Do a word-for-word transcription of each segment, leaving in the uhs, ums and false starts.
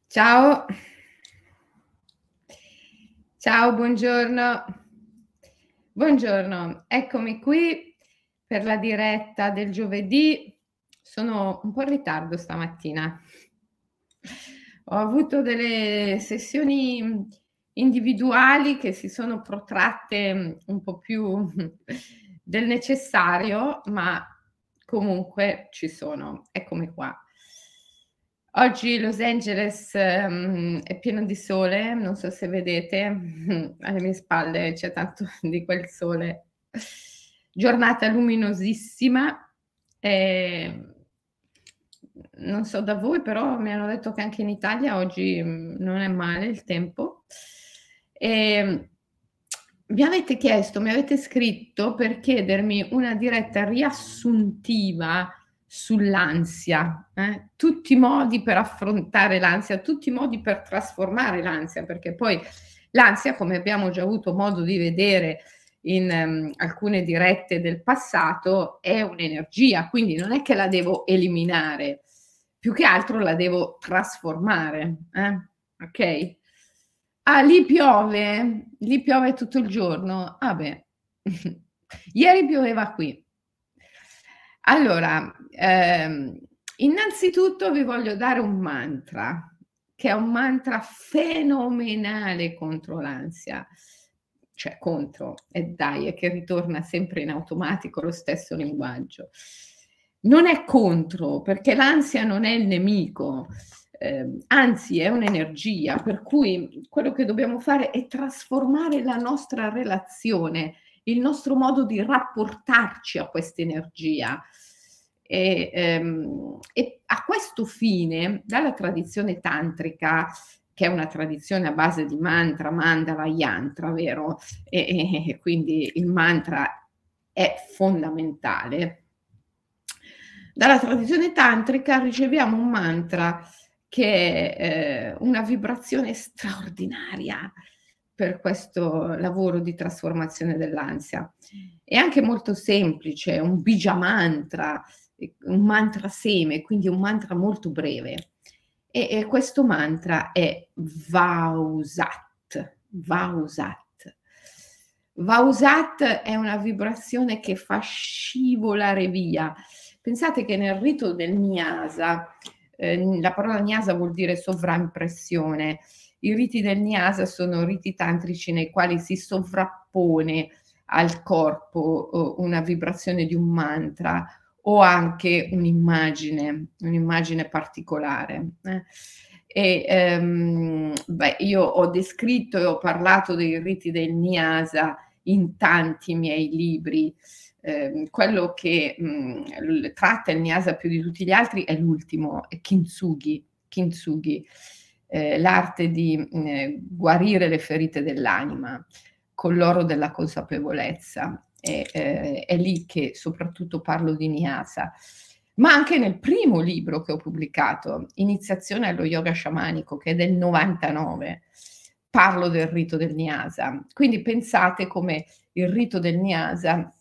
Ciao. Ciao, buongiorno. Buongiorno, eccomi qui per la diretta del giovedì. Sono un po' in ritardo stamattina. Ho avuto delle sessioni, mhmm, individuali che si sono protratte, mhmm, un po' più del necessario, ma comunque ci sono. Eccomi qua. Oggi Los Angeles, mhmm, è pieno di sole, non so se vedete, alle mie spalle c'è tanto di quel sole. Giornata luminosissima, ehm, non so da voi, però mi hanno detto che anche in Italia oggi, mhmm, non è male il tempo. Ehm, mi avete chiesto, mi avete scritto per chiedermi una diretta riassuntiva sull'ansia, eh, tutti i modi per affrontare l'ansia, tutti i modi per trasformare l'ansia, perché poi l'ansia, come abbiamo già avuto modo di vedere in, mhmm, alcune dirette del passato, è un'energia, quindi non è che la devo eliminare, più che altro la devo trasformare, eh, okay? Ah, lì piove? Lì piove tutto il giorno? Ah beh, ieri pioveva qui. Allora, ehm, innanzitutto vi voglio dare un mantra, che è un mantra fenomenale contro l'ansia. Cioè contro, e dai, è che ritorna sempre in automatico lo stesso linguaggio. Non è contro, perché l'ansia non è il nemico, ehm, anzi è un'energia, per cui quello che dobbiamo fare è trasformare la nostra relazione, il nostro modo di rapportarci a quest'energia. E, ehm, e a questo fine, dalla tradizione tantrica, che è una tradizione a base di mantra, mandala, yantra, vero? E, e, e quindi il mantra è fondamentale. Dalla tradizione tantrica riceviamo un mantra che è eh, una vibrazione straordinaria per questo lavoro di trasformazione dell'ansia. È anche molto semplice, un bija mantra, eh, un mantra seme, quindi un mantra molto breve. E, e questo mantra è Vausat. Vausat. Vausat è una vibrazione che fa scivolare via. Pensate che nel rito del Nyasa, ehm, la parola Nyasa vuol dire sovraimpressione. I riti del Nyasa sono riti tantrici nei quali si sovrappone al corpo uhm, una vibrazione di un mantra o anche un'immagine, un'immagine particolare, eh. E, ehm, beh, io ho descritto e ho parlato dei riti del Nyasa in tanti miei libri. Ehm, quello che, mhmm, l tratta il Nyasa più di tutti gli altri è l'ultimo, è Kintsugi. Kintsugi, ehm, l'arte di, mhmm, guarire le ferite dell'anima con l'oro della consapevolezza. E, ehm, è lì che soprattutto parlo di Nyasa. Ma anche nel primo libro che ho pubblicato, Iniziazione allo yoga sciamanico, che è del novantanove, parlo del rito del Nyasa. Quindi pensate come il rito del Nyasa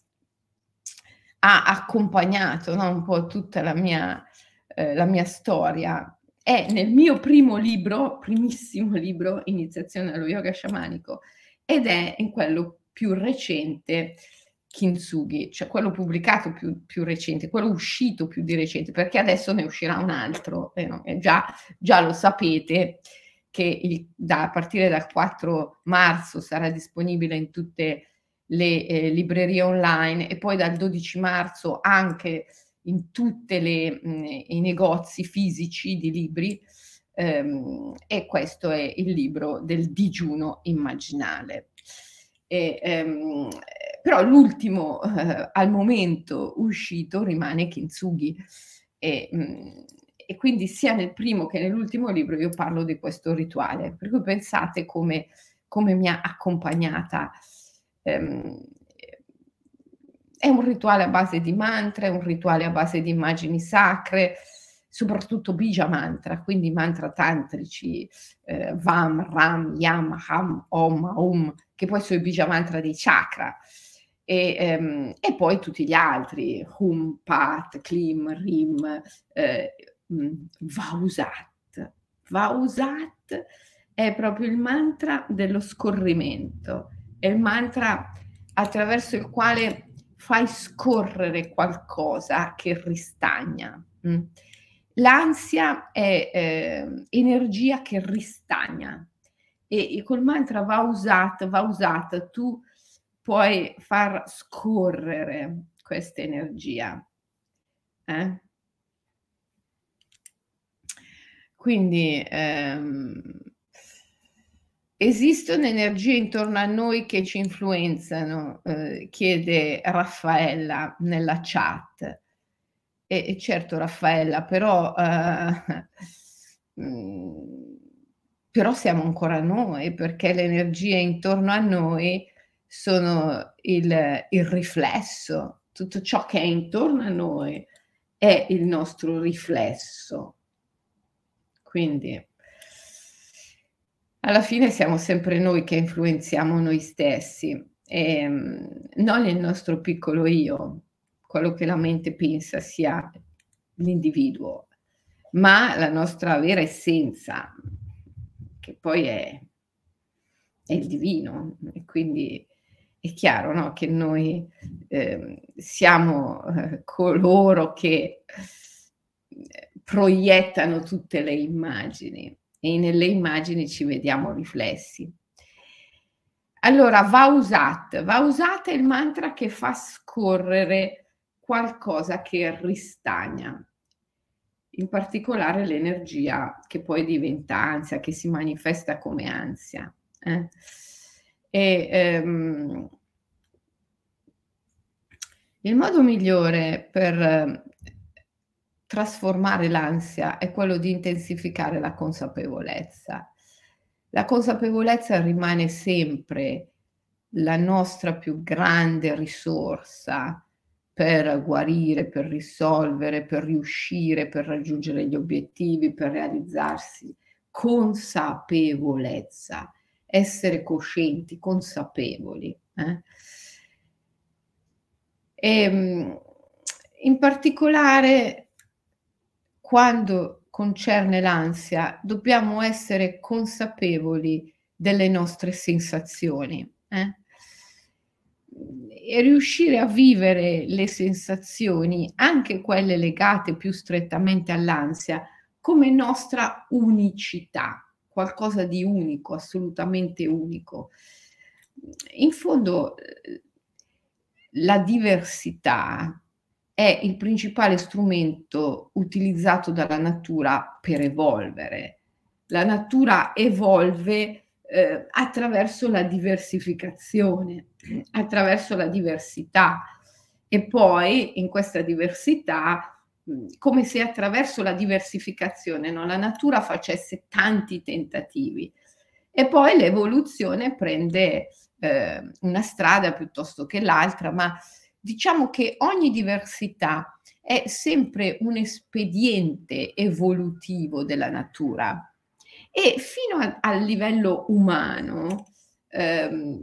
ha accompagnato, no, un po' tutta la mia ehm, la mia storia. È nel mio primo libro, primissimo libro, Iniziazione allo yoga sciamanico, ed è in quello più recente, Kintsugi, cioè quello pubblicato più più recente, quello uscito più di recente, perché adesso ne uscirà un altro, e no, e già già lo sapete che il da a partire dal quattro marzo sarà disponibile in tutte le, ehm, librerie online e poi dal dodici marzo anche in tutte le mhmm, i negozi fisici di libri, ehm, e questo è il libro del digiuno immaginale. E, ehm, però l'ultimo, eh, al momento uscito rimane Kintsugi e, mhmm, e quindi sia nel primo che nell'ultimo libro io parlo di questo rituale, per cui pensate come come mi ha accompagnata. Ehm, è un rituale a base di mantra, è un rituale a base di immagini sacre, soprattutto bija mantra, quindi mantra tantrici, ehm, Vam, Ram, Yam, Ham, Om, Aum, che poi sono i bija mantra dei chakra. E, ehm, e poi tutti gli altri, Hum, Pat, Klim, Rim, ehm, mhmm, Vausat. Vahusat è proprio il mantra dello scorrimento, è il mantra attraverso il quale fai scorrere qualcosa che ristagna. Mh. L'ansia è, ehm, energia che ristagna e e col mantra Vahusat Vahusat tu puoi far scorrere questa energia, eh? Quindi, ehm, esistono energie intorno a noi che ci influenzano, uhm, chiede Raffaella nella chat. E e certo Raffaella, però, uhm, mhmm, però siamo ancora noi, perché le energie intorno a noi sono il il riflesso. Tutto ciò che è intorno a noi è il nostro riflesso. Quindi alla fine siamo sempre noi che influenziamo noi stessi, ehm, non il nostro piccolo io, quello che la mente pensa sia l'individuo, ma la nostra vera essenza, che poi è è il divino. E quindi è chiaro, no, che noi, ehm, siamo, ehm, coloro che, ehm, proiettano tutte le immagini e nelle immagini ci vediamo riflessi. Allora, Vahusat. Vahusat è il mantra che fa scorrere qualcosa che ristagna, in particolare l'energia che poi diventa ansia, che si manifesta come ansia, eh. E, ehm il modo migliore per trasformare l'ansia è quello di intensificare la consapevolezza. La consapevolezza rimane sempre la nostra più grande risorsa per guarire, per risolvere, per riuscire, per raggiungere gli obiettivi, per realizzarsi. Consapevolezza, essere coscienti, consapevoli, eh. Ehm, in particolare quando concerne l'ansia, dobbiamo essere consapevoli delle nostre sensazioni, eh. Mhmm, e riuscire a vivere le sensazioni, anche quelle legate più strettamente all'ansia, come nostra unicità, qualcosa di unico, assolutamente unico. In fondo, uhm, la diversità è il principale strumento utilizzato dalla natura per evolvere. La natura evolve, uhm, attraverso la diversificazione, attraverso la diversità e poi in questa diversità, mhmm, come se attraverso la diversificazione, no, la natura facesse tanti tentativi e poi l'evoluzione prende, ehm, una strada piuttosto che l'altra, ma diciamo che ogni diversità è sempre un espediente evolutivo della natura e fino a al livello umano, ehm,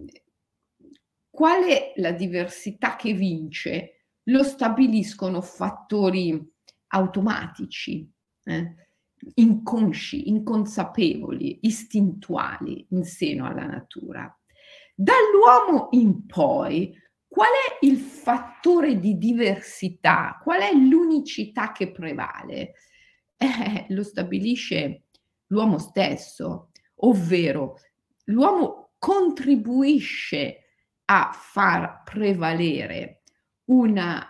qual è la diversità che vince lo stabiliscono fattori automatici, eh, inconsci, inconsapevoli, istintuali in seno alla natura. Dall'uomo in poi, qual è il fattore di diversità? Qual è l'unicità che prevale? Eh, lo stabilisce l'uomo stesso, ovvero l'uomo contribuisce a far prevalere una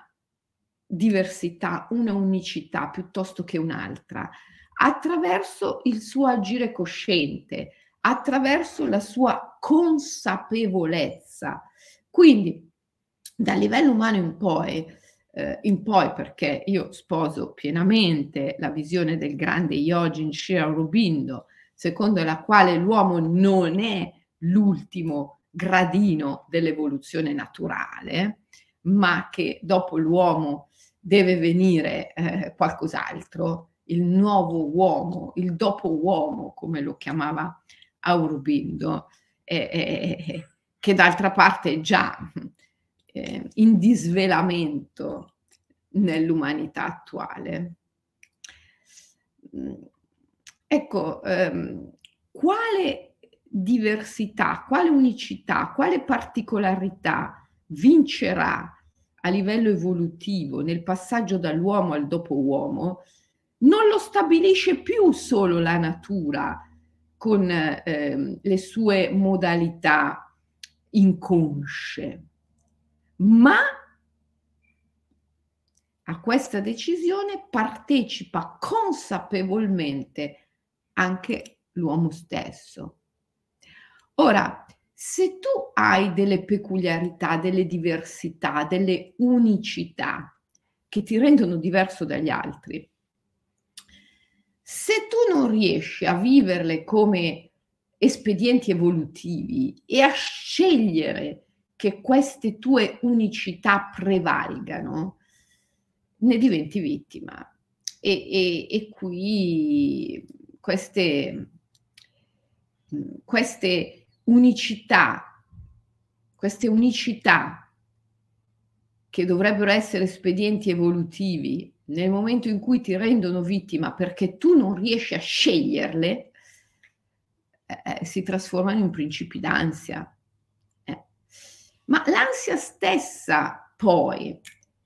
diversità, una unicità piuttosto che un'altra, attraverso il suo agire cosciente, attraverso la sua consapevolezza. Quindi, dal livello umano in poi ehm, in poi perché io sposo pienamente la visione del grande Yogin Sri Aurobindo, secondo la quale l'uomo non è l'ultimo gradino dell'evoluzione naturale, ma che dopo l'uomo deve venire, eh, qualcos'altro, il nuovo uomo, il dopo uomo, come lo chiamava Aurobindo, e e e che d'altra parte è già, ehm, in disvelamento nell'umanità attuale. Mhmm, Ecco, ehm, quale diversità, quale unicità, quale particolarità vincerà a livello evolutivo nel passaggio dall'uomo al dopo uomo, non lo stabilisce più solo la natura con, ehm, le sue modalità inconsce, ma a questa decisione partecipa consapevolmente anche l'uomo stesso. Ora, se tu hai delle peculiarità, delle diversità, delle unicità che ti rendono diverso dagli altri, se tu non riesci a viverle come espedienti evolutivi e a scegliere che queste tue unicità prevalgano, ne diventi vittima. E e e qui queste mhmm, queste unicità queste unicità che dovrebbero essere espedienti evolutivi, nel momento in cui ti rendono vittima perché tu non riesci a sceglierle, eh, eh, si trasformano in principi d'ansia. Eh. Ma l'ansia stessa poi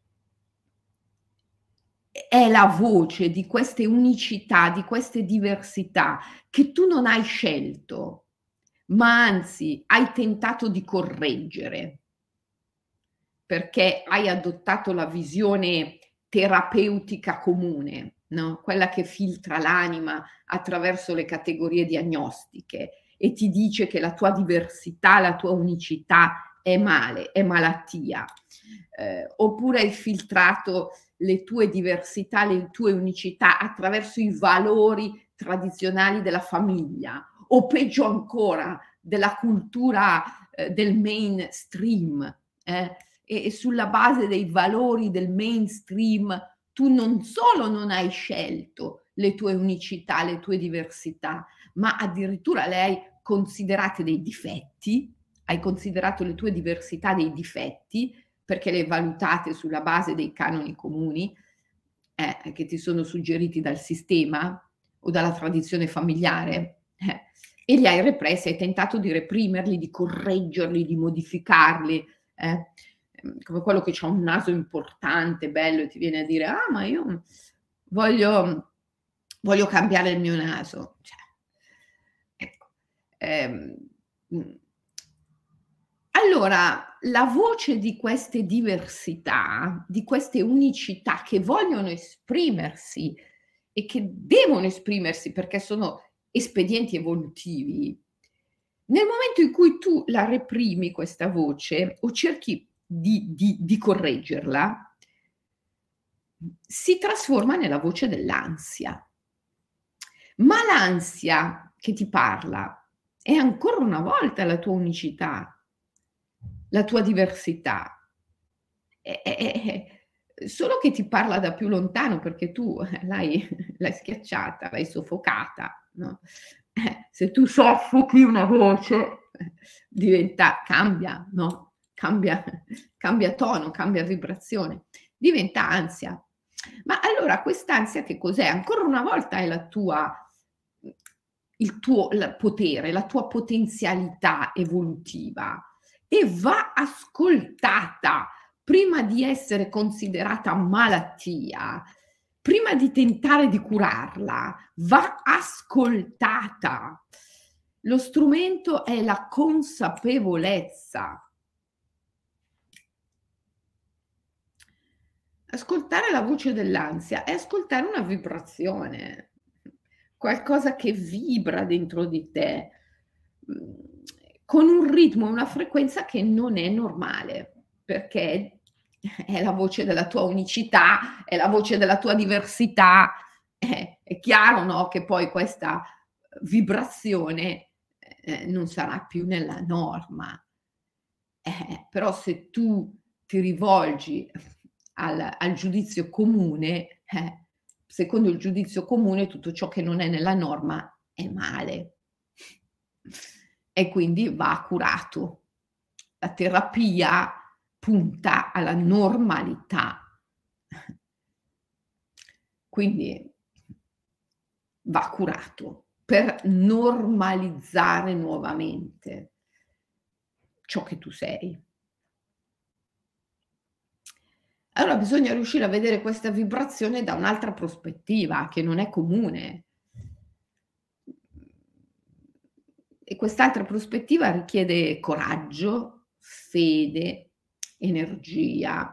è la voce di queste unicità, di queste diversità che tu non hai scelto, ma anzi hai tentato di correggere, perché hai adottato la visione terapeutica comune, no, quella che filtra l'anima attraverso le categorie diagnostiche e ti dice che la tua diversità, la tua unicità è male, è malattia. Ehm, oppure hai filtrato le tue diversità, le tue unicità attraverso i valori tradizionali della famiglia o peggio ancora della cultura, ehm, del mainstream, eh, e e sulla base dei valori del mainstream tu non solo non hai scelto le tue unicità, le tue diversità, ma addirittura le hai considerate dei difetti, hai considerato le tue diversità dei difetti, perché le valutate sulla base dei canoni comuni, eh, che ti sono suggeriti dal sistema o dalla tradizione familiare, eh, e li hai repressi, hai tentato di reprimerli, di correggerli, di modificarli, eh, ehm, come quello che c'ha un naso importante, bello e ti viene a dire: "Ah, ma io voglio voglio cambiare il mio naso." Cioè, ecco, ehm, mhmm allora, la voce di queste diversità, di queste unicità che vogliono esprimersi e che devono esprimersi perché sono espedienti evolutivi, nel momento in cui tu la reprimi questa voce o cerchi di di di correggerla, si trasforma nella voce dell'ansia. Ma l'ansia che ti parla è ancora una volta la tua unicità, la tua diversità. Eh, eh, eh, solo che ti parla da più lontano perché tu l'hai l'hai schiacciata, l'hai soffocata, no, eh, se tu soffochi una voce eh, diventa cambia, no, cambia cambia tono, cambia vibrazione, diventa ansia. Ma allora quest'ansia che cos'è? Ancora una volta è la tua mhmm, il tuo l potere, la tua potenzialità evolutiva e va ascoltata prima di essere considerata malattia, prima di tentare di curarla, va ascoltata. Lo strumento è la consapevolezza. Ascoltare la voce dell'ansia è ascoltare una vibrazione, qualcosa che vibra dentro di te, mhmm, con un ritmo e una frequenza che non è normale, perché è la voce della tua unicità, è la voce della tua diversità. Eh, è chiaro, no, che poi questa vibrazione, ehm, non sarà più nella norma. Eh, però se tu ti rivolgi al al giudizio comune, eh, secondo il giudizio comune tutto ciò che non è nella norma è male e quindi va curato. La terapia punta alla normalità. Quindi va curato per normalizzare nuovamente ciò che tu sei. Allora bisogna riuscire a vedere questa vibrazione da un'altra prospettiva che non è comune. E quest'altra prospettiva richiede coraggio, fede, energia.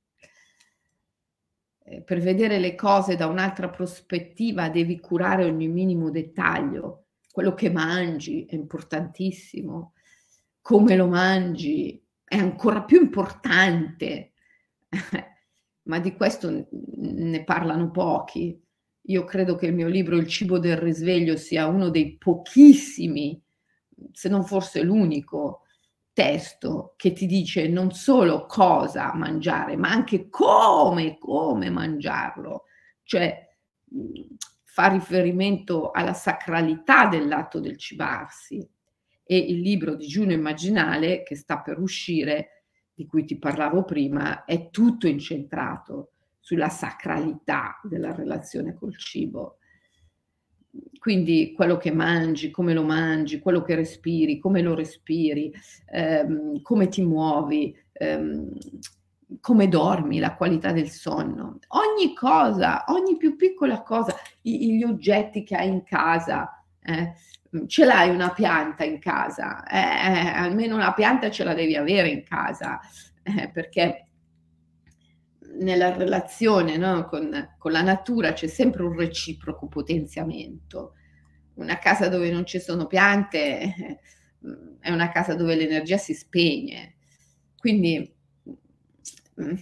Ehm, per vedere le cose da un'altra prospettiva devi curare ogni minimo dettaglio. Quello che mangi è importantissimo, come lo mangi è ancora più importante, ma di questo n ne parlano pochi. Io credo che il mio libro Il cibo del risveglio sia uno dei pochissimi, se non forse l'unico, testo che ti dice non solo cosa mangiare, ma anche come, come mangiarlo. Cioè, mhmm, fa riferimento alla sacralità dell'atto del cibarsi. E il libro Digiuno immaginale che sta per uscire, di cui ti parlavo prima, è tutto incentrato sulla sacralità della relazione col cibo. Quindi quello che mangi, come lo mangi, quello che respiri, come lo respiri, ehm, come ti muovi, ehm, come dormi, la qualità del sonno. Ogni cosa, ogni più piccola cosa, i gli oggetti che hai in casa, eh, mhmm, ce l'hai una pianta in casa, eh, eh, almeno una pianta ce la devi avere in casa, eh, perché nella relazione, no, con con la natura c'è sempre un reciproco potenziamento. Una casa dove non ci sono piante, eh, mhmm, è una casa dove l'energia si spegne. Quindi, mhmm,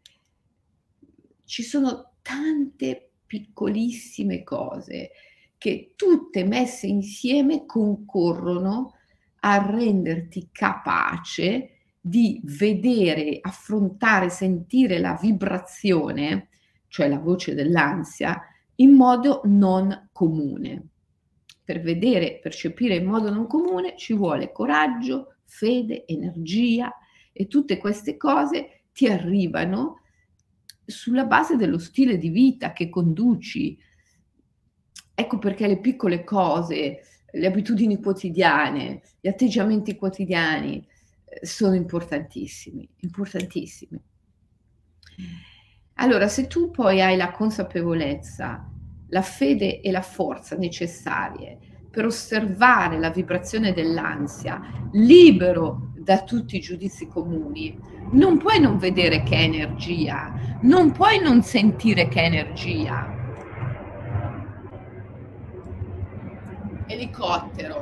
ci sono tante piccolissime cose che tutte messe insieme concorrono a renderti capace di vedere, affrontare, sentire la vibrazione, cioè la voce dell'ansia, in modo non comune. Per vedere, percepire in modo non comune ci vuole coraggio, fede, energia e tutte queste cose ti arrivano sulla base dello stile di vita che conduci. Ecco perché le piccole cose, le abitudini quotidiane, gli atteggiamenti quotidiani, ehm, sono importantissimi, importantissimi. Allora, se tu poi hai la consapevolezza, la fede e la forza necessarie per osservare la vibrazione dell'ansia, libero da tutti i giudizi comuni, non puoi non vedere che è energia, non puoi non sentire che è energia. Elicottero,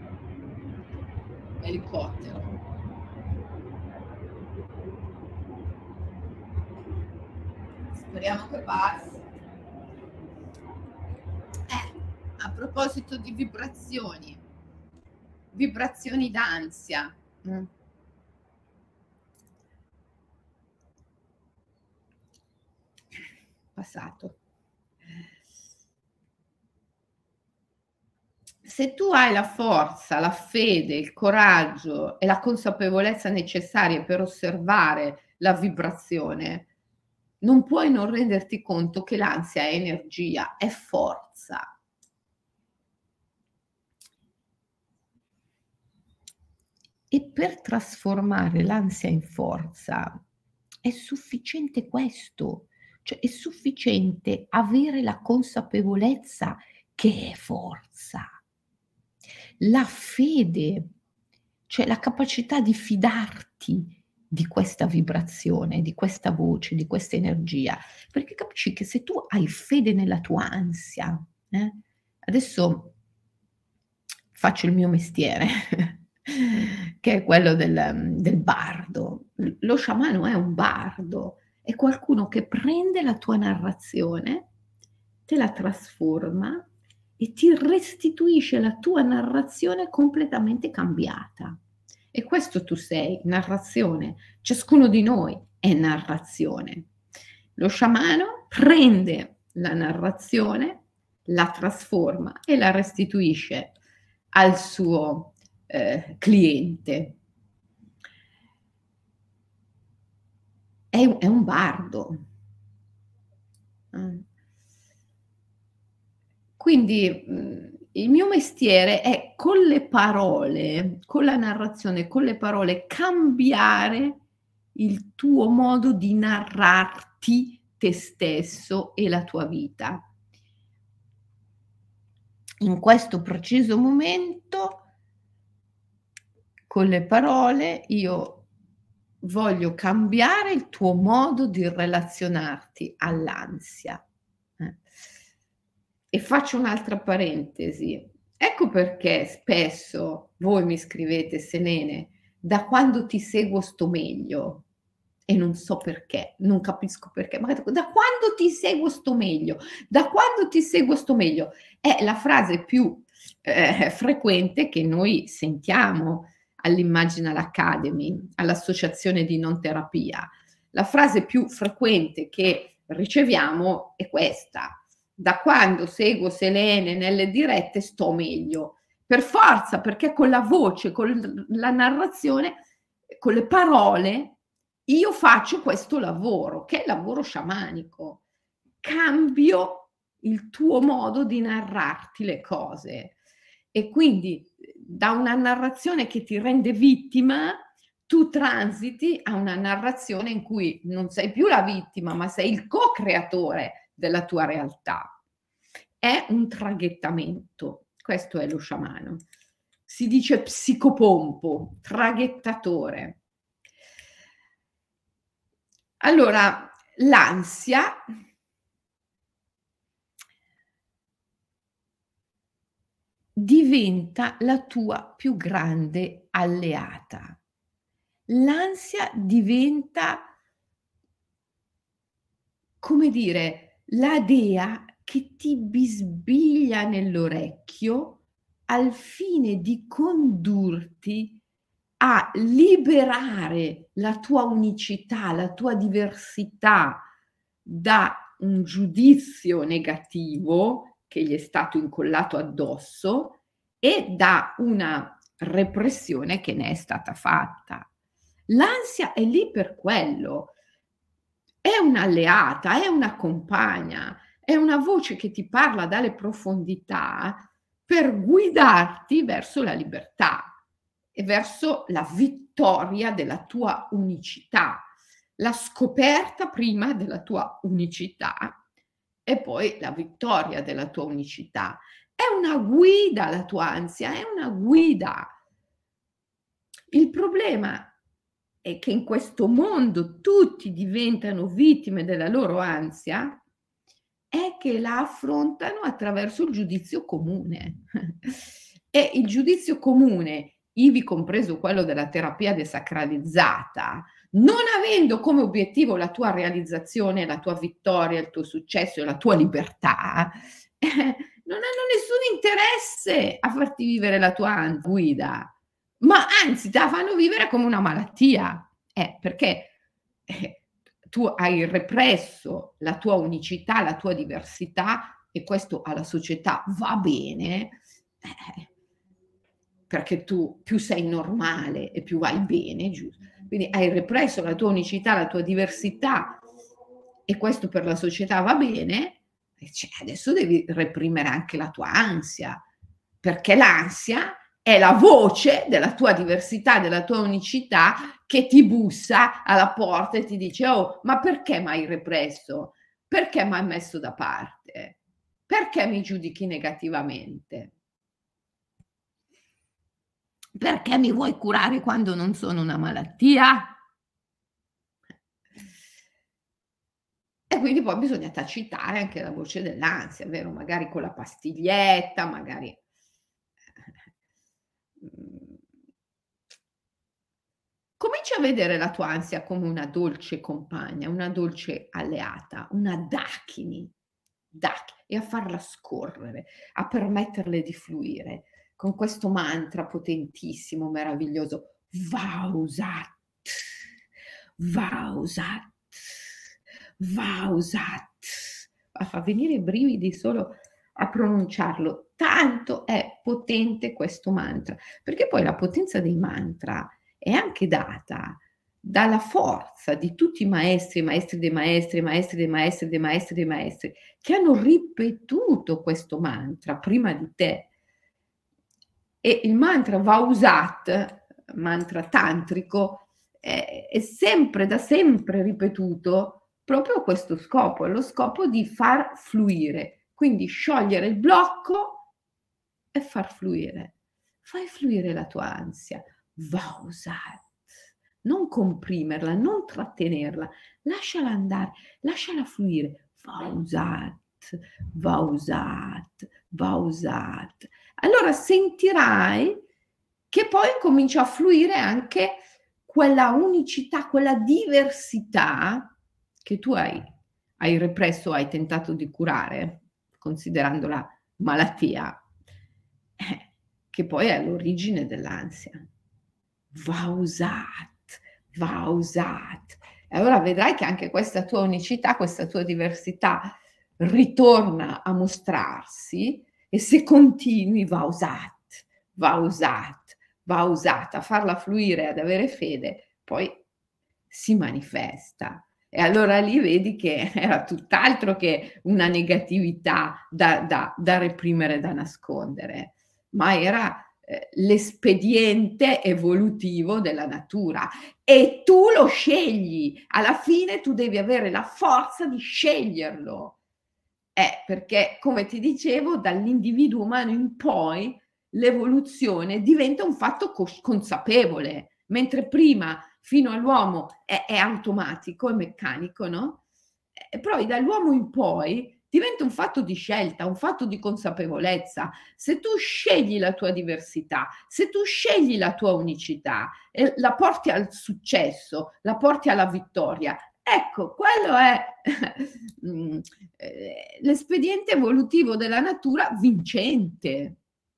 elicottero. Speriamo che passi. Eh, a proposito di vibrazioni, vibrazioni d'ansia. Mh. Passato. Se tu hai la forza, la fede, il coraggio e la consapevolezza necessarie per osservare la vibrazione, non puoi non renderti conto che l'ansia è energia, è forza. E per trasformare l'ansia in forza è sufficiente questo, cioè è sufficiente avere la consapevolezza che è forza. La fede, cioè la capacità di fidarti di questa vibrazione, di questa voce, di questa energia, perché capisci che se tu hai fede nella tua ansia, eh, adesso faccio il mio mestiere, che è quello del mhmm, del bardo. L lo sciamano è un bardo, è qualcuno che prende la tua narrazione, te la trasforma e ti restituisce la tua narrazione completamente cambiata. E questo tu sei, narrazione. Ciascuno di noi è narrazione. Lo sciamano prende la narrazione, la trasforma e la restituisce al suo, ehm, cliente. È u è un bardo. Mh. Quindi, mhmm, il mio mestiere è con le parole, con la narrazione, con le parole, cambiare il tuo modo di narrarti te stesso e la tua vita. In questo preciso momento, con le parole, io voglio cambiare il tuo modo di relazionarti all'ansia. Eh. E faccio un'altra parentesi. Ecco perché spesso voi mi scrivete: "Selene, da quando ti seguo sto meglio." E non so perché, non capisco perché. Ma da quando ti seguo sto meglio, da quando ti seguo sto meglio. È la frase più, ehm, frequente che noi sentiamo all'Imaginal Academy, all'associazione di non terapia. La frase più frequente che riceviamo è questa: "Da quando seguo Selene nelle dirette sto meglio." Per forza, perché con la voce, con l la narrazione, con le parole, io faccio questo lavoro, che è il lavoro sciamanico. Cambio il tuo modo di narrarti le cose. E quindi, da una narrazione che ti rende vittima, tu transiti a una narrazione in cui non sei più la vittima, ma sei il co-creatore della tua realtà. È un traghettamento, questo è lo sciamano. Si dice psicopompo, traghettatore. Allora, l'ansia diventa la tua più grande alleata. L'ansia diventa come dire, la dea che ti bisbiglia nell'orecchio al fine di condurti a liberare la tua unicità, la tua diversità da un giudizio negativo che gli è stato incollato addosso e da una repressione che ne è stata fatta. L'ansia è lì per quello. È un'alleata, è una compagna, è una voce che ti parla dalle profondità per guidarti verso la libertà e verso la vittoria della tua unicità, la scoperta prima della tua unicità e poi la vittoria della tua unicità. È una guida la tua ansia, è una guida. Il problema è che in questo mondo tutti diventano vittime della loro ansia, è che la affrontano attraverso il giudizio comune. E il giudizio comune, ivi compreso quello della terapia desacralizzata, non avendo come obiettivo la tua realizzazione, la tua vittoria, il tuo successo e la tua libertà, eh, non hanno nessun interesse a farti vivere la tua an guida. Ma anzi, te la fanno vivere come una malattia, eh, perché, eh, tu hai represso la tua unicità, la tua diversità e questo alla società va bene, eh, perché tu più sei normale e più vai bene, gius quindi hai represso la tua unicità, la tua diversità e questo per la società va bene, e cioè adesso devi reprimere anche la tua ansia, perché l'ansia è la voce della tua diversità, della tua unicità che ti bussa alla porta e ti dice: "Oh, ma perché m'hai represso? Perché m'hai messo da parte? Perché mi giudichi negativamente? Perché mi vuoi curare quando non sono una malattia?" E quindi poi bisogna tacitare anche la voce dell'ansia, vero? Magari con la pastiglietta, magari mhmm Comincia a vedere la tua ansia come una dolce compagna, una dolce alleata, una Dakini, Dak e a farla scorrere, a permetterle di fluire con questo mantra potentissimo, meraviglioso: Vausat, Vausat, Vausat. Ma fa venire i brividi solo a pronunciarlo, tanto è potente questo mantra, perché poi la potenza dei mantra è anche data dalla forza di tutti i maestri, maestri dei maestri, maestri dei maestri, dei maestri dei maestri, che hanno ripetuto questo mantra prima di te. E il mantra Vahusat, mantra tantrico, è, è sempre, da sempre ripetuto proprio a questo scopo, allo scopo di far fluire, quindi sciogliere il blocco e far fluire. Fai fluire la tua ansia, Vahusat, non comprimerla, non trattenerla, lasciala andare, lasciala fluire, Vahusat, Vahusat, Vahusat. Allora sentirai che poi comincia a fluire anche quella unicità, quella diversità che tu hai, hai represso, hai tentato di curare, considerandola malattia, eh, che poi è all'origine dell'ansia. Va usat, va usat. E allora vedrai che anche questa tua unicità, questa tua diversità ritorna a mostrarsi, e se continui va usat, va usat, va usata, a farla fluire, ad avere fede, poi si manifesta. E allora lì vedi che era tutt'altro che una negatività da, da, da reprimere, da nascondere, ma era eh, l'espediente evolutivo della natura, e tu lo scegli. Alla fine tu devi avere la forza di sceglierlo. Eh, perché, come ti dicevo, dall'individuo umano in poi l'evoluzione diventa un fatto cos- consapevole, mentre prima fino all'uomo è, è automatico, è meccanico, no? E poi dall'uomo in poi diventa un fatto di scelta, un fatto di consapevolezza. Se tu scegli la tua diversità, se tu scegli la tua unicità, e la porti al successo, la porti alla vittoria, ecco, quello è mm, eh, l'espediente evolutivo della natura vincente,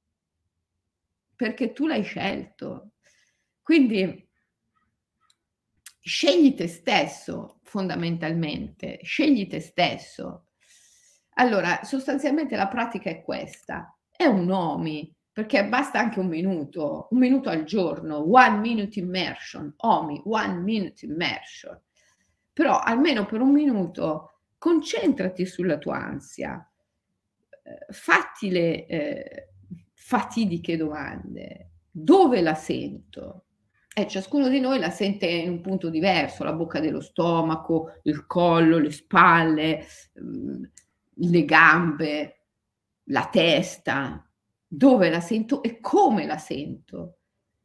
perché tu l'hai scelto. Quindi scegli te stesso, fondamentalmente, scegli te stesso. Allora, sostanzialmente la pratica è questa, è un OMI, perché basta anche un minuto, un minuto al giorno, one minute immersion, OMI, one minute immersion. Però almeno per un minuto concentrati sulla tua ansia, eh, fatti le eh, fatidiche domande. Dove la sento? Eh, ciascuno di noi la sente in un punto diverso, la bocca dello stomaco, il collo, le spalle, mh, le gambe, la testa. Dove la sento e come la sento?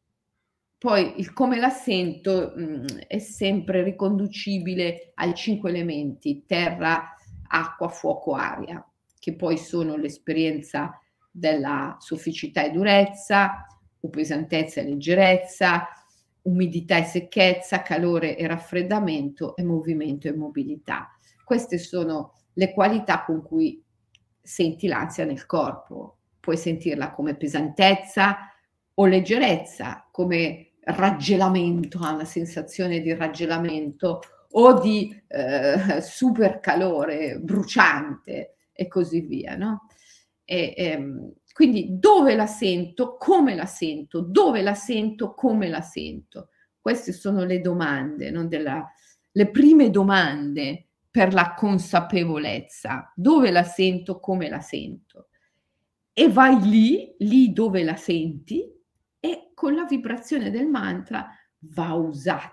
Poi il come la sento mh, è sempre riconducibile ai cinque elementi: terra, acqua, fuoco, aria, che poi sono l'esperienza della sofficità e durezza, o pesantezza e leggerezza, umidità e secchezza, calore e raffreddamento, e movimento e mobilità. Queste sono le qualità con cui senti l'ansia nel corpo. Puoi sentirla come pesantezza o leggerezza, come raggelamento, ha una sensazione di raggelamento o di eh, super calore bruciante e così via, no? E, ehm, quindi dove la sento, come la sento, dove la sento, come la sento. Queste sono le domande, no? Della, le prime domande per la consapevolezza. Dove la sento, come la sento. E vai lì, lì dove la senti, e con la vibrazione del mantra Vahusat,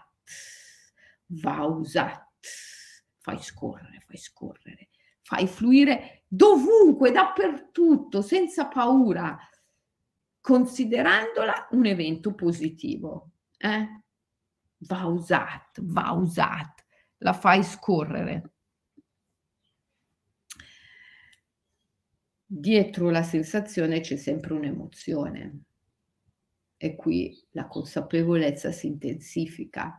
Vahusat, fai scorrere, fai scorrere, fai fluire dovunque, dappertutto, senza paura, considerandola un evento positivo. Eh? Vahusat, Vahusat, la fai scorrere. Dietro la sensazione c'è sempre un'emozione, e qui la consapevolezza si intensifica.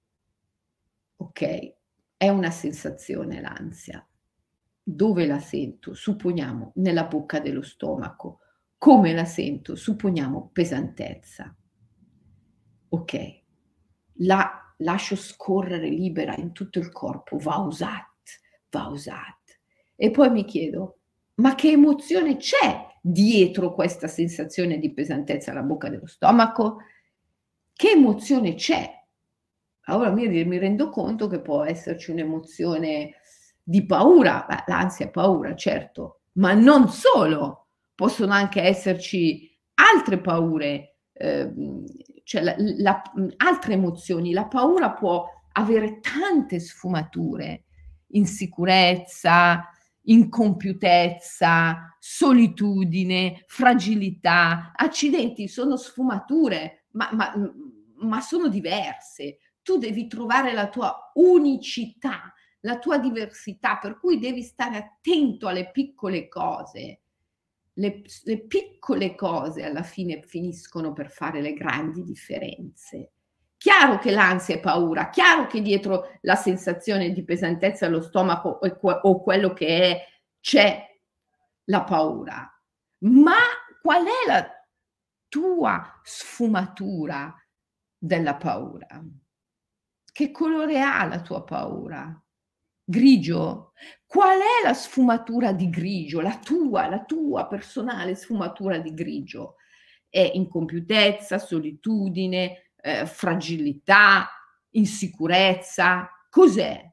Ok, è una sensazione l'ansia. Dove la sento? Supponiamo nella bocca dello stomaco. Come la sento? Supponiamo pesantezza. Ok, la lascio scorrere libera in tutto il corpo, Vahusat, Vahusat. E poi mi chiedo, ma che emozione c'è dietro questa sensazione di pesantezza alla bocca dello stomaco? Che emozione c'è? Allora mi ri mi rendo conto che può esserci un'emozione di paura, beh, l'ansia è paura, certo, ma non solo, possono anche esserci altre paure, ehm, cioè la la mhmm, altre emozioni. La paura può avere tante sfumature: insicurezza, incompiutezza, solitudine, fragilità. Accidenti, sono sfumature, ma ma mhmm, ma sono diverse. Tu devi trovare la tua unicità, la tua diversità, per cui devi stare attento alle piccole cose. Le ps le piccole cose alla fine finiscono per fare le grandi differenze. Chiaro che l'ansia è paura, chiaro che dietro la sensazione di pesantezza allo stomaco e que o quello che è, c'è la paura. Ma qual è la tua sfumatura della paura? Che colore ha la tua paura? Grigio? Qual è la sfumatura di grigio? La tua, la tua personale sfumatura di grigio? È incompiutezza, solitudine, ehm, fragilità, insicurezza? Cos'è?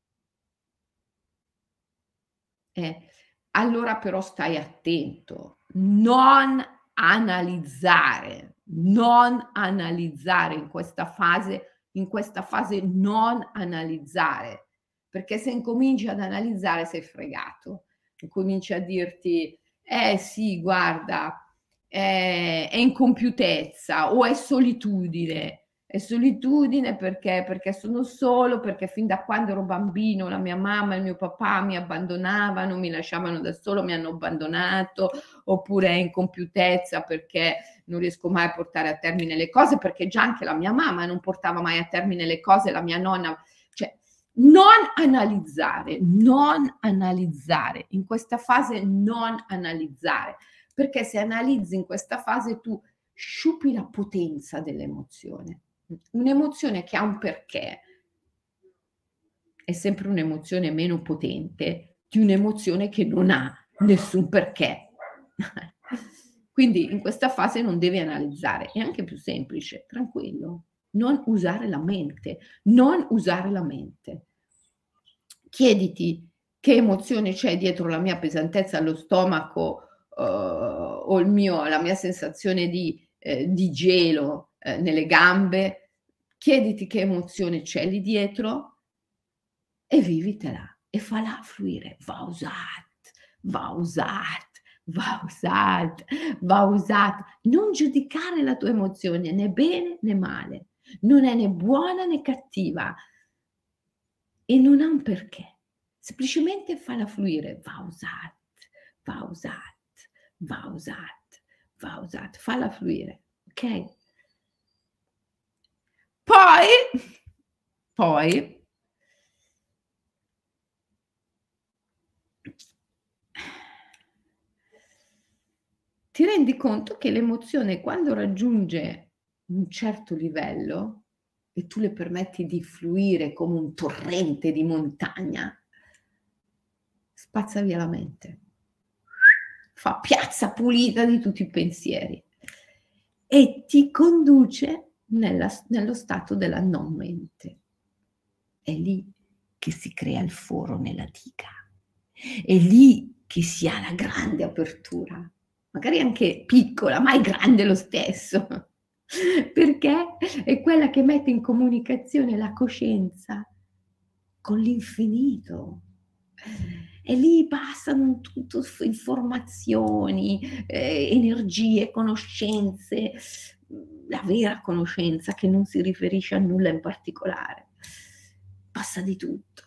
Eh, allora però stai attento, non analizzare, non analizzare in questa fase in questa fase non analizzare, perché se incominci ad analizzare sei fregato. Incominci a dirti: "Eh sì, guarda, è è incompiutezza o è solitudine." È solitudine perché perché sono solo, perché fin da quando ero bambino la mia mamma e il mio papà mi abbandonavano, mi lasciavano da solo, mi hanno abbandonato, oppure è incompiutezza perché non riesco mai a portare a termine le cose, perché già anche la mia mamma non portava mai a termine le cose, la mia nonna, cioè non analizzare, non analizzare, in questa fase non analizzare, perché se analizzi in questa fase tu sciupi la potenza dell'emozione. Un'emozione che ha un perché è sempre un'emozione meno potente di un'emozione che non ha nessun perché. Quindi in questa fase non devi analizzare, è anche più semplice, tranquillo, non usare la mente, non usare la mente. Chiediti: che emozione c'è dietro la mia pesantezza allo stomaco, uhm, o il mio la mia sensazione di ehm, di gelo, ehm, nelle gambe? Chiediti che emozione c'è lì dietro e vivitela e falla fluire. Va usat, va usat, va usat, va usat. Non giudicare la tua emozione né bene né male. Non è né buona né cattiva e non ha un perché. Semplicemente falla fluire. Va usat, va usat, va usat, va usat. Falla fluire, okay? Poi poi ti rendi conto che l'emozione quando raggiunge un certo livello e tu le permetti di fluire come un torrente di montagna, spazza via la mente, fa piazza pulita di tutti i pensieri e ti conduce nella s nello stato della non mente. È lì che si crea il foro nella diga. È lì che si ha la grande apertura, magari anche piccola, ma è grande lo stesso, perché è quella che mette in comunicazione la coscienza con l'infinito. E lì passano tutto f informazioni, ehm, energie, conoscenze, mhmm, la vera conoscenza che non si riferisce a nulla in particolare. Passa di tutto.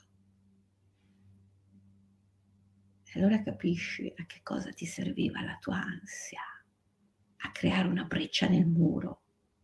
E allora capisci a che cosa ti serviva la tua ansia, a creare una breccia nel muro.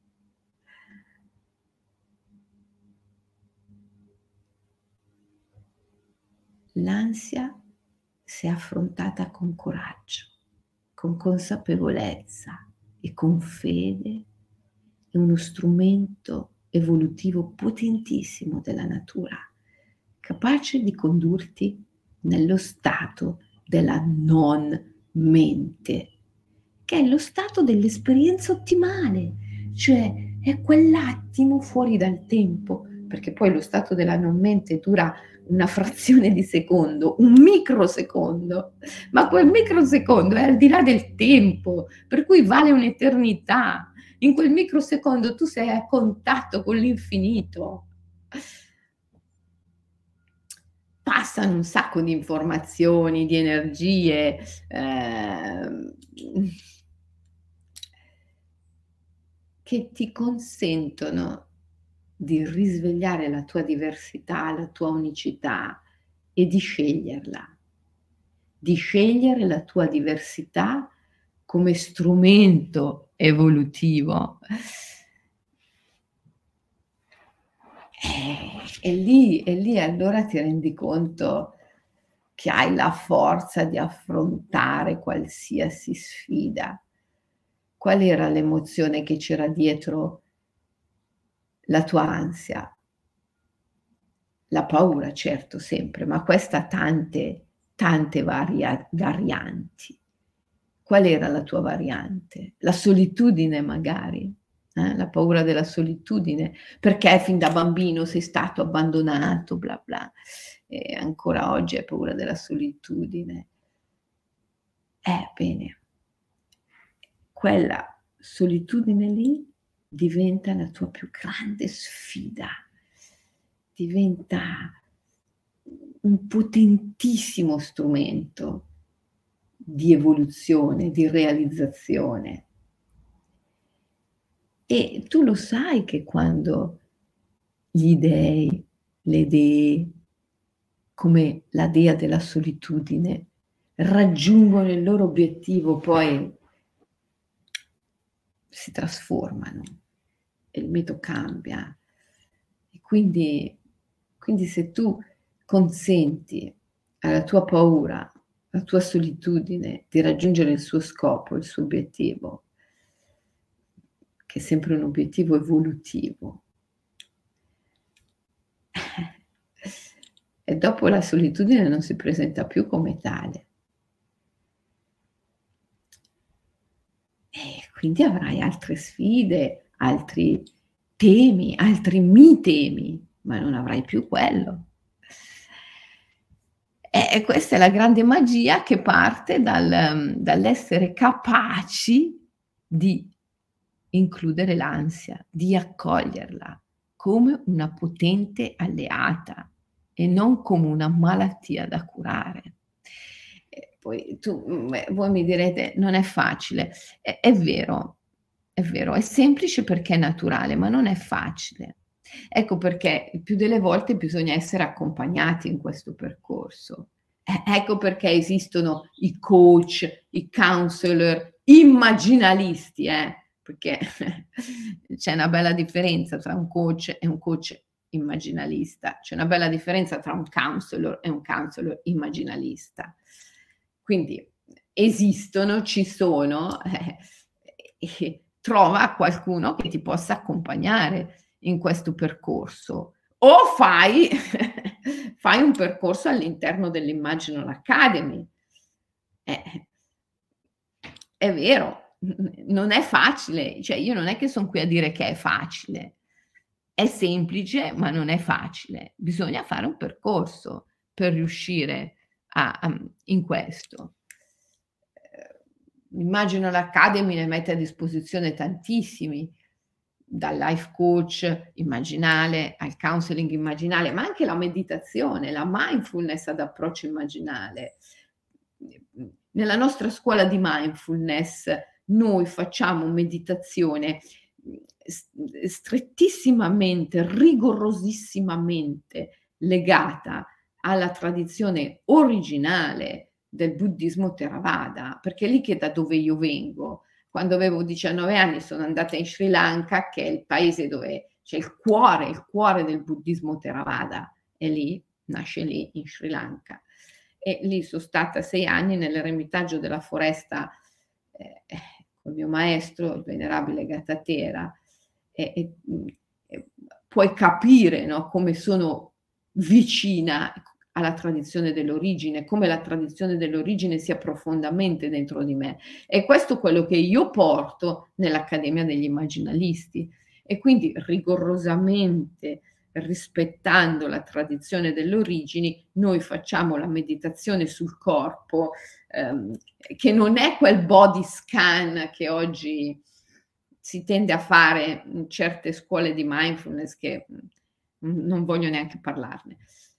L'ansia, se affrontata con coraggio, con consapevolezza e con fede, è uno strumento evolutivo potentissimo della natura, capace di condurti nello stato della non mente, che è lo stato dell'esperienza ottimale, cioè è quell'attimo fuori dal tempo perché poi lo stato della non mente dura una frazione di secondo, un microsecondo, ma quel microsecondo è al di là del tempo, per cui vale un'eternità. In quel microsecondo tu sei a contatto con l'infinito. Passano un sacco di informazioni, di energie, ehm, che ti consentono di risvegliare la tua diversità, la tua unicità e di sceglierla. Di scegliere la tua diversità come strumento evolutivo. Eh, e lì e lì allora ti rendi conto che hai la forza di affrontare qualsiasi sfida. Qual era l'emozione che c'era dietro la tua ansia? La paura, certo, sempre, ma questa ha tante, tante varia varianti. Qual era la tua variante? La solitudine magari, eh, la paura della solitudine, perché fin da bambino sei stato abbandonato, bla bla, e ancora oggi hai paura della solitudine. Eh, bene, quella solitudine lì diventa la tua più grande sfida, diventa un potentissimo strumento di evoluzione, di realizzazione. E tu lo sai che quando gli dei, le dee, come la dea della solitudine, raggiungono il loro obiettivo, poi si trasformano e il metodo cambia. E quindi, quindi se tu consenti alla tua paura, alla tua solitudine di raggiungere il suo scopo, il suo obiettivo, che è sempre un obiettivo evolutivo, e dopo la solitudine non si presenta più come tale. E quindi avrai altre sfide, altri temi, altri mi temi, ma non avrai più quello. E questa è la grande magia che parte dal dall'essere capaci di includere l'ansia, di accoglierla come una potente alleata e non come una malattia da curare. E poi tu, mhmm, voi mi direte: "Non è facile". È è vero, è vero, è semplice perché è naturale, ma non è facile. Ecco perché il più delle volte bisogna essere accompagnati in questo percorso. Eh, ecco perché esistono i coach, i counselor immaginalisti, eh, perché c'è una bella differenza tra un coach e un coach immaginalista. C'è una bella differenza tra un counselor e un counselor immaginalista. Quindi esistono, ci sono, eh, e trova qualcuno che ti possa accompagnare in questo percorso. O fai fai un percorso all'interno dell'Imaginal Academy. Eh, è vero, n non è facile, cioè io non è che son qui a dire che è facile. È semplice, ma non è facile. Bisogna fare un percorso per riuscire a a mhmm, in questo. Ehm, Imaginal Academy ne mette a disposizione tantissimi, dal life coach immaginale al counseling immaginale, ma anche la meditazione, la mindfulness ad approccio immaginale. Mhmm, nella nostra scuola di mindfulness noi facciamo meditazione, mhmm, s strettissimamente, rigorosissimamente legata alla tradizione originale del buddismo Theravada, perché è lì che da dove io vengo. Quando avevo diciannove anni sono andata in Sri Lanka, che è il paese dove c'è il cuore, il cuore del buddismo Theravada, è lì, nasce lì in Sri Lanka. E lì so stata sei anni nell'eremitaggio della foresta, ehm, col mio maestro, il venerabile Gatatera, e e mhmm, e puoi capire, no, come sono vicina alla tradizione dell'origine, come la tradizione dell'origine sia profondamente dentro di me. E questo è quello che io porto nell'Accademia degli Immaginalisti. E quindi rigorosamente rispettando la tradizione delle origini, noi facciamo la meditazione sul corpo, ehm, che non è quel body scan che oggi si tende a fare in certe scuole di mindfulness che mh, non voglio neanche parlarne.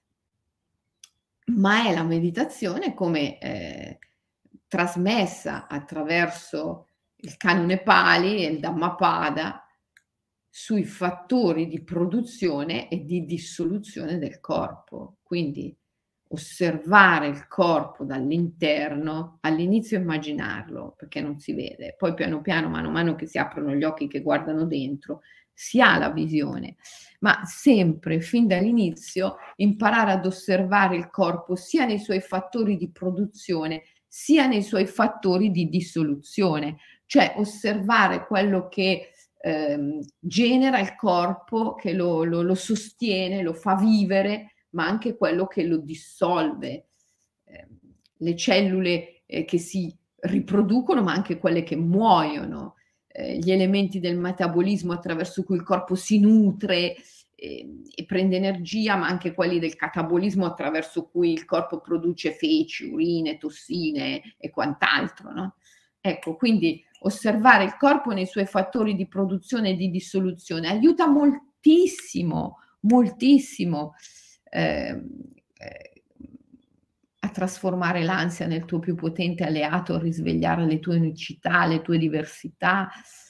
Ma è la meditazione come eh, trasmessa attraverso il canone Pali e il Dhammapada sui fattori di produzione e di dissoluzione del corpo. Quindi osservare il corpo dall'interno, all'inizio immaginarlo, perché non si vede, poi piano piano, mano a mano che si aprono gli occhi che guardano dentro, si ha la visione, ma sempre, fin dall'inizio, imparare ad osservare il corpo sia nei suoi fattori di produzione, sia nei suoi fattori di dissoluzione, cioè osservare quello che ehm, genera il corpo, che lo, lo, lo sostiene, lo fa vivere, ma anche quello che lo dissolve, eh, le cellule eh, che si riproducono, ma anche quelle che muoiono, eh, gli elementi del metabolismo attraverso cui il corpo si nutre eh, e prende energia, ma anche quelli del catabolismo attraverso cui il corpo produce feci, urine, tossine e quant'altro, no? Ecco, quindi osservare il corpo nei suoi fattori di produzione e di dissoluzione aiuta moltissimo, moltissimo eh, eh, a trasformare l'ansia nel tuo più potente alleato, a risvegliare le tue unicità, le tue diversità.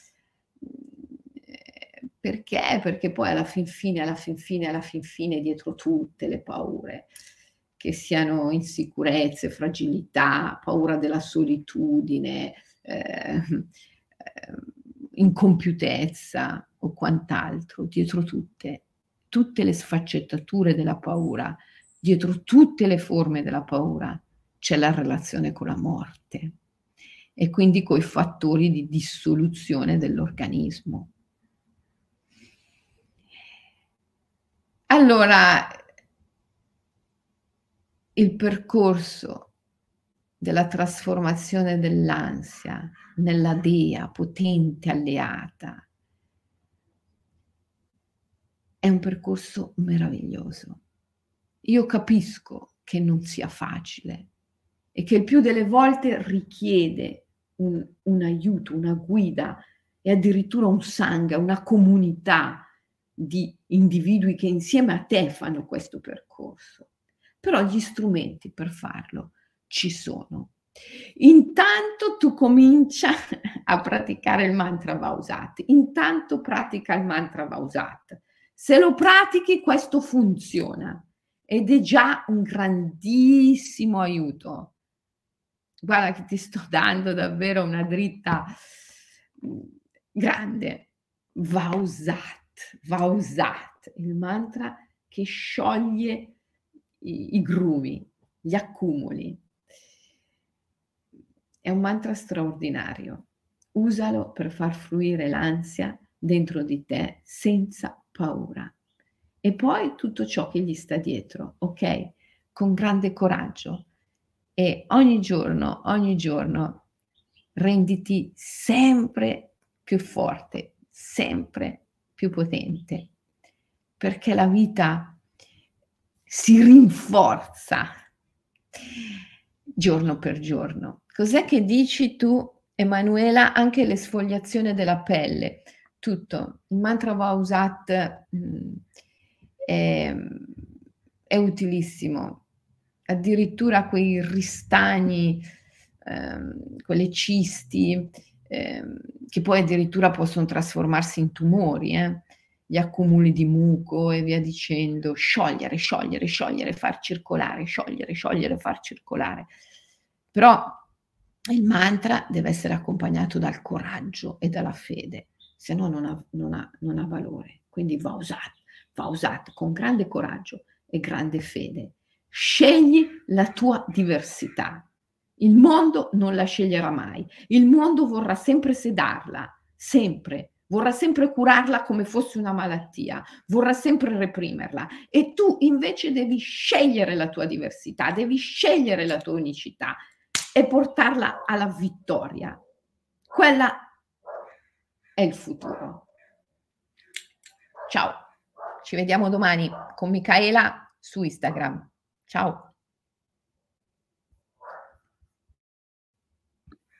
Perché? Perché poi alla fin fine, alla fin fine, alla fin fine, dietro tutte le paure, che siano insicurezze, fragilità, paura della solitudine, eh, eh, incompiutezza o quant'altro, dietro tutte, tutte le sfaccettature della paura, dietro tutte le forme della paura, c'è la relazione con la morte e quindi coi fattori di dissoluzione dell'organismo. Allora, il percorso della trasformazione dell'ansia nella dea potente alleata è un percorso meraviglioso. Io capisco che non sia facile e che il più delle volte richiede un, un aiuto, una guida e addirittura un sangha, una comunità di individui che insieme a te fanno questo percorso. Però gli strumenti per farlo ci sono. Intanto tu comincia a praticare il mantra Vausat. Intanto pratica il mantra Vausat. Se lo pratichi, questo funziona ed è già un grandissimo aiuto. Guarda che ti sto dando davvero una dritta grande. Vausat, Vausat, il mantra che scioglie i, i grumi, gli accumuli. È un mantra straordinario. Usalo per far fluire l'ansia dentro di te senza paura. E poi tutto ciò che gli sta dietro, ok? Con grande coraggio. E ogni giorno, ogni giorno, renditi sempre più forte, sempre più potente, perché la vita si rinforza giorno per giorno. Cos'è che dici tu, Emanuela? Anche l'esfoliazione della pelle, tutto. Il mantra Vausat mh, è, è utilissimo. Addirittura quei ristagni, ehm, quelle cisti, ehm, che poi addirittura possono trasformarsi in tumori, eh? Gli accumuli di muco e via dicendo, sciogliere, sciogliere, sciogliere, far circolare, sciogliere, sciogliere, far circolare. Però il mantra deve essere accompagnato dal coraggio e dalla fede, se no non ha, non ha, non ha valore. Quindi va usato, va usato con grande coraggio e grande fede. Scegli la tua diversità. Il mondo non la sceglierà mai. Il mondo vorrà sempre sedarla, sempre. Vorrà sempre curarla come fosse una malattia, vorrà sempre reprimerla. E tu invece devi scegliere la tua diversità, devi scegliere la tua unicità e portarla alla vittoria. Quella è il futuro. Ciao. Ci vediamo domani con Micaela su Instagram. Ciao.